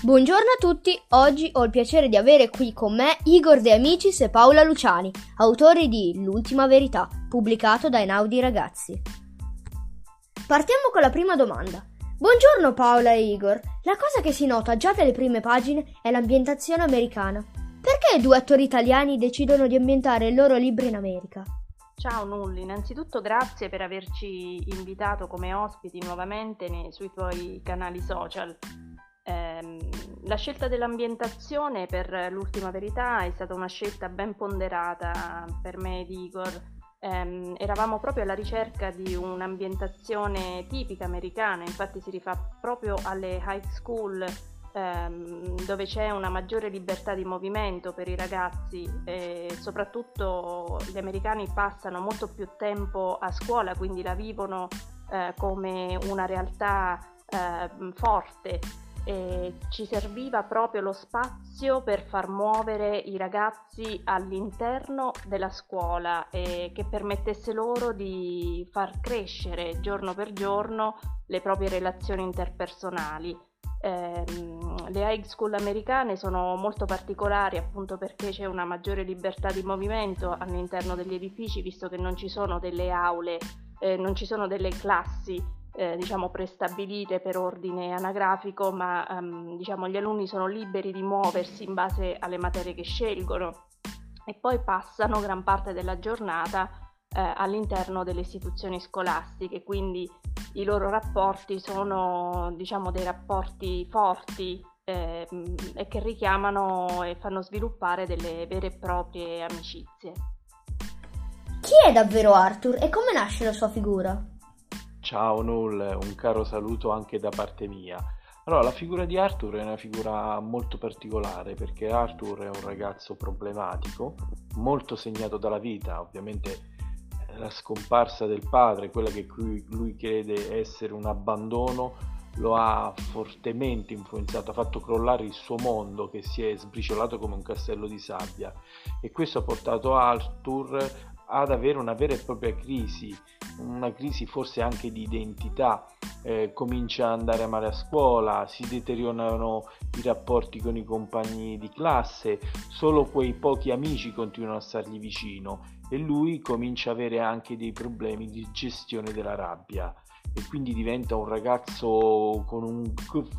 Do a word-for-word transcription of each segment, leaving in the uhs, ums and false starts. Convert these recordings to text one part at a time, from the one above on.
Buongiorno a tutti, oggi ho il piacere di avere qui con me Igor De Amicis e Paola Luciani, autori di L'ultima verità, pubblicato da Einaudi Ragazzi. Partiamo con la prima domanda. Buongiorno Paola e Igor, la cosa che si nota già dalle prime pagine è l'ambientazione americana. Perché due attori italiani decidono di ambientare il loro libro in America? Ciao Nulli, innanzitutto grazie per averci invitato come ospiti nuovamente nei, sui tuoi canali social. Eh, la scelta dell'ambientazione per L'ultima verità è stata una scelta ben ponderata per me ed Igor. Eh, eravamo proprio alla ricerca di un'ambientazione tipica americana, infatti si rifà proprio alle high school, ehm, dove c'è una maggiore libertà di movimento per i ragazzi e soprattutto gli americani passano molto più tempo a scuola, quindi la vivono eh, come una realtà eh, forte. E ci serviva proprio lo spazio per far muovere i ragazzi all'interno della scuola e che permettesse loro di far crescere giorno per giorno le proprie relazioni interpersonali. Eh, le high school americane sono molto particolari appunto perché c'è una maggiore libertà di movimento all'interno degli edifici, visto che non ci sono delle aule, eh, non ci sono delle classi Eh, diciamo prestabilite per ordine anagrafico, ma um, diciamo gli alunni sono liberi di muoversi in base alle materie che scelgono e poi passano gran parte della giornata eh, all'interno delle istituzioni scolastiche, quindi i loro rapporti sono diciamo dei rapporti forti eh, e che richiamano e fanno sviluppare delle vere e proprie amicizie. Chi è davvero Arthur e come nasce la sua figura? Ciao Null, un caro saluto anche da parte mia. Allora, la figura di Arthur è una figura molto particolare perché Arthur è un ragazzo problematico, molto segnato dalla vita. Ovviamente la scomparsa del padre, quella che lui crede essere un abbandono, lo ha fortemente influenzato, ha fatto crollare il suo mondo che si è sbriciolato come un castello di sabbia e questo ha portato Arthur ad avere una vera e propria crisi, una crisi forse anche di identità, eh, comincia ad andare male a scuola, si deteriorano i rapporti con i compagni di classe, solo quei pochi amici continuano a stargli vicino e lui comincia ad avere anche dei problemi di gestione della rabbia e quindi diventa un ragazzo con un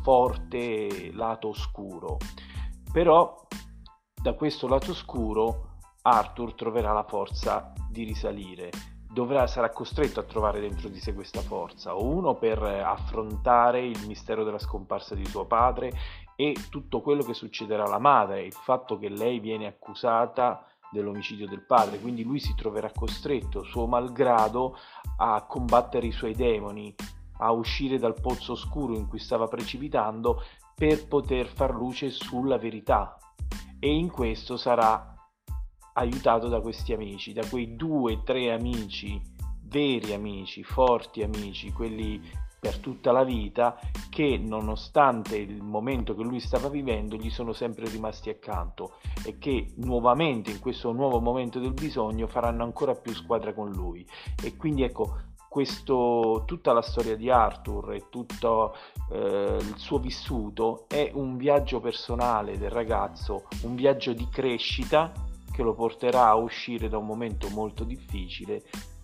forte lato oscuro. Però da questo lato oscuro Arthur troverà la forza di risalire, dovrà, sarà costretto a trovare dentro di sé questa forza, uno per affrontare il mistero della scomparsa di suo padre e tutto quello che succederà alla madre, il fatto che lei viene accusata dell'omicidio del padre, quindi lui si troverà costretto, suo malgrado, a combattere i suoi demoni, a uscire dal pozzo oscuro in cui stava precipitando per poter far luce sulla verità e in questo sarà aiutato da questi amici, da quei due, tre amici, veri amici, forti amici, quelli per tutta la vita, che nonostante il momento che lui stava vivendo gli sono sempre rimasti accanto e che nuovamente in questo nuovo momento del bisogno faranno ancora più squadra con lui. E quindi ecco, questo, tutta la storia di Arthur e tutto eh, il suo vissuto è un viaggio personale del ragazzo, un viaggio di crescita che lo porterà a uscire da un momento molto difficile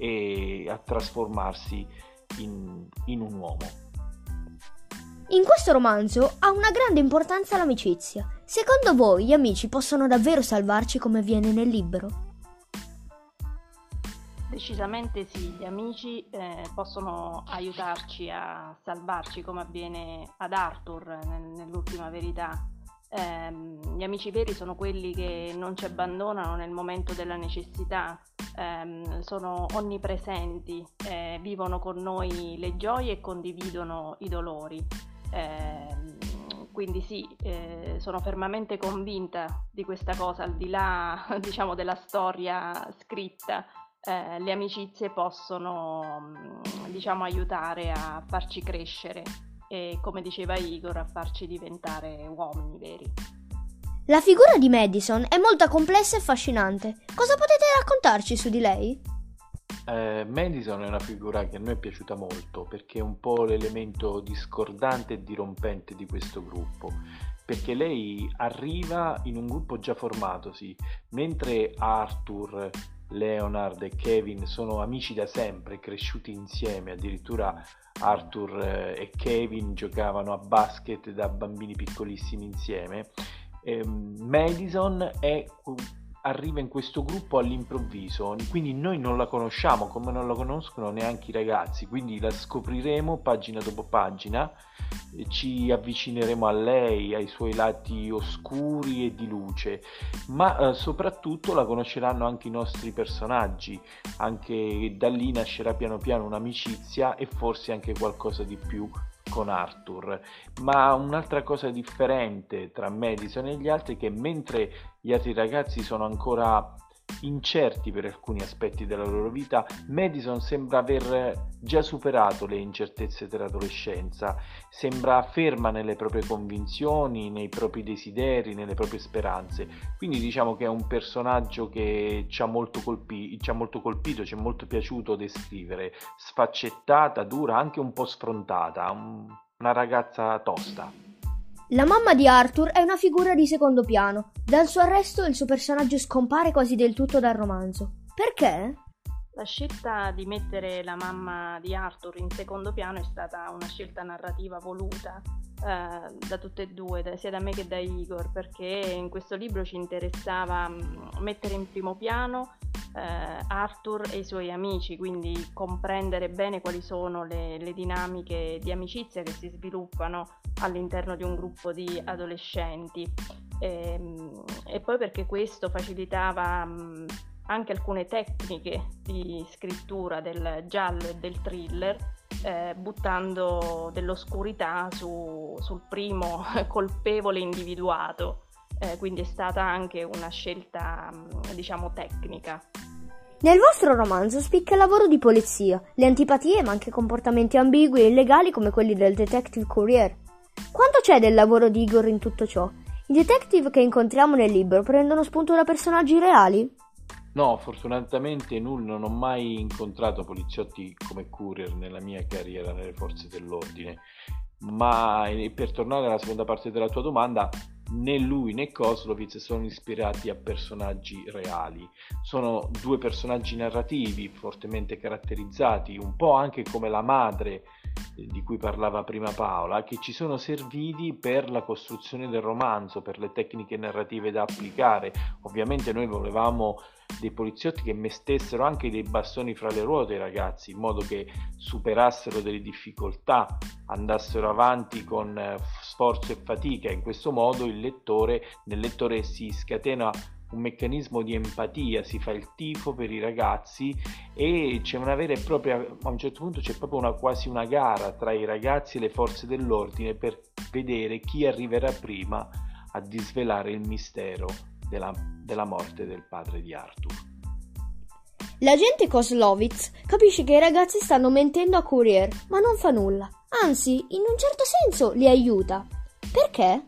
e a trasformarsi in, in un uomo. In questo romanzo ha una grande importanza l'amicizia. Secondo voi gli amici possono davvero salvarci come avviene nel libro? Decisamente sì, gli amici eh, possono aiutarci a salvarci come avviene ad Arthur nel, nell'ultima verità. Eh, gli amici veri sono quelli che non ci abbandonano nel momento della necessità, eh, sono onnipresenti, eh, vivono con noi le gioie e condividono i dolori. Eh, quindi sì, eh, sono fermamente convinta di questa cosa, al di là diciamo della storia scritta. Eh, le amicizie possono diciamo aiutare a farci crescere e, come diceva Igor, a farci diventare uomini veri. La figura di Madison è molto complessa e affascinante. Cosa potete raccontarci su di lei? Eh, Madison è una figura che a noi è piaciuta molto perché è un po' l'elemento discordante e dirompente di questo gruppo, perché lei arriva in un gruppo già formatosi, mentre Arthur, Leonard e Kevin sono amici da sempre, cresciuti insieme, addirittura Arthur eh, e Kevin giocavano a basket da bambini piccolissimi insieme. ehm, Madison è arriva in questo gruppo all'improvviso, quindi noi non la conosciamo come non la conoscono neanche i ragazzi, quindi la scopriremo pagina dopo pagina, ci avvicineremo a lei, ai suoi lati oscuri e di luce, ma eh, soprattutto la conosceranno anche i nostri personaggi, anche da lì nascerà piano piano un'amicizia e forse anche qualcosa di più con Arthur. Ma un'altra cosa differente tra Madison e gli altri è che mentre gli altri ragazzi sono ancora incerti per alcuni aspetti della loro vita, Madison sembra aver già superato le incertezze dell'adolescenza, sembra ferma nelle proprie convinzioni, nei propri desideri, nelle proprie speranze. Quindi diciamo che è un personaggio che ci ha molto, colpi- ci ha molto colpito, ci è molto piaciuto descrivere, sfaccettata, dura, anche un po' sfrontata, un- una ragazza tosta. La mamma di Arthur è una figura di secondo piano. Dal suo arresto il suo personaggio scompare quasi del tutto dal romanzo. Perché? La scelta di mettere la mamma di Arthur in secondo piano è stata una scelta narrativa voluta eh, da tutte e due, da, sia da me che da Igor, perché in questo libro ci interessava mh, mettere in primo piano eh, Arthur e i suoi amici, quindi comprendere bene quali sono le, le dinamiche di amicizia che si sviluppano all'interno di un gruppo di adolescenti. E, e poi perché questo facilitava mh, anche alcune tecniche di scrittura del giallo e del thriller, eh, buttando dell'oscurità su, sul primo colpevole individuato, eh, quindi è stata anche una scelta, diciamo, tecnica. Nel vostro romanzo spicca il lavoro di polizia, le antipatie ma anche comportamenti ambigui e illegali come quelli del detective Courier. Quanto c'è del lavoro di Igor in tutto ciò? I detective che incontriamo nel libro prendono spunto da personaggi reali? No, fortunatamente null, non ho mai incontrato poliziotti come Courier nella mia carriera nelle forze dell'ordine, ma eh, per tornare alla seconda parte della tua domanda, né lui né Koslowitz sono ispirati a personaggi reali, sono due personaggi narrativi fortemente caratterizzati, un po' anche come la madre eh, di cui parlava prima Paola, che ci sono serviti per la costruzione del romanzo, per le tecniche narrative da applicare. Ovviamente noi volevamo dei poliziotti che mettessero anche dei bastoni fra le ruote ai ragazzi, in modo che superassero delle difficoltà, andassero avanti con eh, sforzo e fatica. In questo modo il lettore, nel lettore si scatena un meccanismo di empatia, si fa il tifo per i ragazzi e c'è una vera e propria, a un certo punto c'è proprio una, quasi una gara tra i ragazzi e le forze dell'ordine per vedere chi arriverà prima a disvelare il mistero della, della morte del padre di Arthur. L'agente Koslowitz capisce che i ragazzi stanno mentendo a Courier, ma non fa nulla. Anzi, in un certo senso li aiuta. Perché?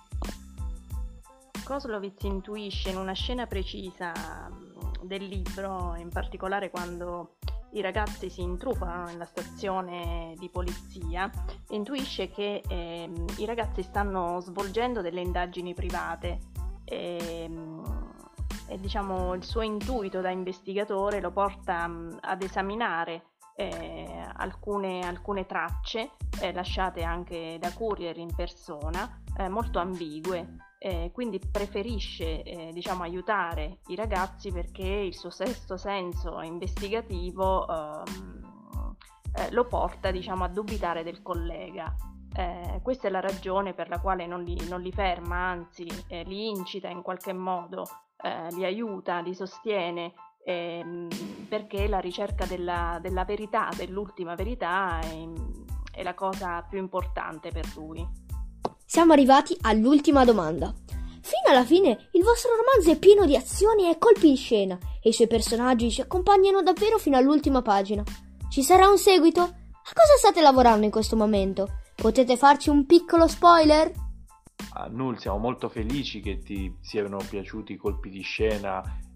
Koslowitz intuisce in una scena precisa del libro, in particolare quando i ragazzi si intrufano nella stazione di polizia, intuisce che eh, i ragazzi stanno svolgendo delle indagini private e, e diciamo il suo intuito da investigatore lo porta um, ad esaminare eh, alcune, alcune tracce eh, lasciate anche da Courier in persona, eh, molto ambigue. Eh, quindi preferisce eh, diciamo aiutare i ragazzi perché il suo sesto senso investigativo ehm, eh, lo porta diciamo a dubitare del collega. Eh, questa è la ragione per la quale non li, non li ferma, anzi eh, li incita in qualche modo, eh, li aiuta, li sostiene, ehm, perché la ricerca della, della verità, dell'ultima verità è, è la cosa più importante per lui. Siamo arrivati all'ultima domanda. Fino alla fine il vostro romanzo è pieno di azioni e colpi di scena e i suoi personaggi ci accompagnano davvero fino all'ultima pagina. Ci sarà un seguito? A cosa state lavorando in questo momento? Potete farci un piccolo spoiler? A Null siamo molto felici che ti siano piaciuti i colpi di scena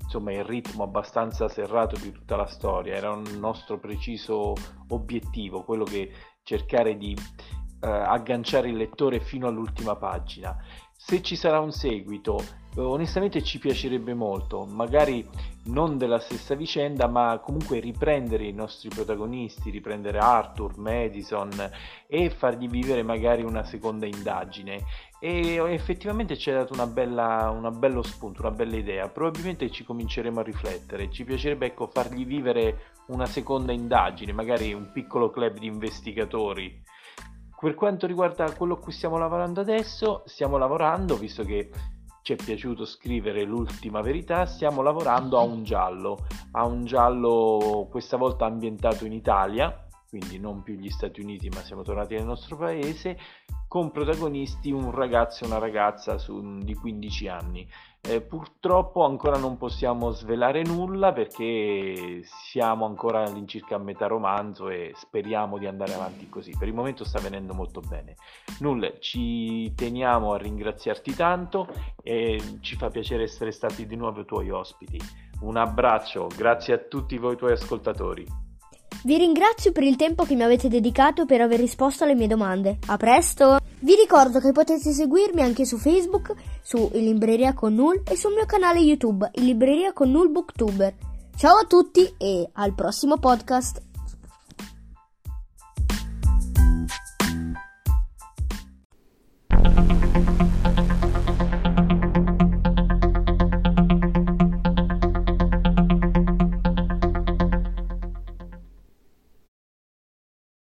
insomma il ritmo abbastanza serrato di tutta la storia, era un nostro preciso obiettivo, quello che cercare di eh, agganciare il lettore fino all'ultima pagina. Se ci sarà un seguito, eh, onestamente ci piacerebbe molto, magari non della stessa vicenda, ma comunque riprendere i nostri protagonisti, riprendere Arthur, Madison e fargli vivere magari una seconda indagine. E effettivamente ci ha dato una bella, una bello spunto, una bella idea. Probabilmente ci cominceremo a riflettere. Ci piacerebbe, ecco, fargli vivere una seconda indagine, magari un piccolo club di investigatori. Per quanto riguarda quello a cui stiamo lavorando adesso, stiamo lavorando, visto che ci è piaciuto scrivere l'ultima verità, stiamo lavorando a un giallo, a un giallo questa volta ambientato in Italia, quindi non più gli Stati Uniti, ma siamo tornati nel nostro paese, con protagonisti un ragazzo e una ragazza su, di quindici anni. Eh, purtroppo ancora non possiamo svelare nulla perché siamo ancora all'incirca a metà romanzo e speriamo di andare avanti così. Per il momento sta venendo molto bene. Nulla, ci teniamo a ringraziarti tanto e ci fa piacere essere stati di nuovo tuoi ospiti. Un abbraccio, grazie a tutti voi tuoi ascoltatori. Vi ringrazio per il tempo che mi avete dedicato e per aver risposto alle mie domande. A presto! Vi ricordo che potete seguirmi anche su Facebook, su In Libreria con Null e sul mio canale YouTube In Libreria con Null Booktuber. Ciao a tutti e al prossimo podcast!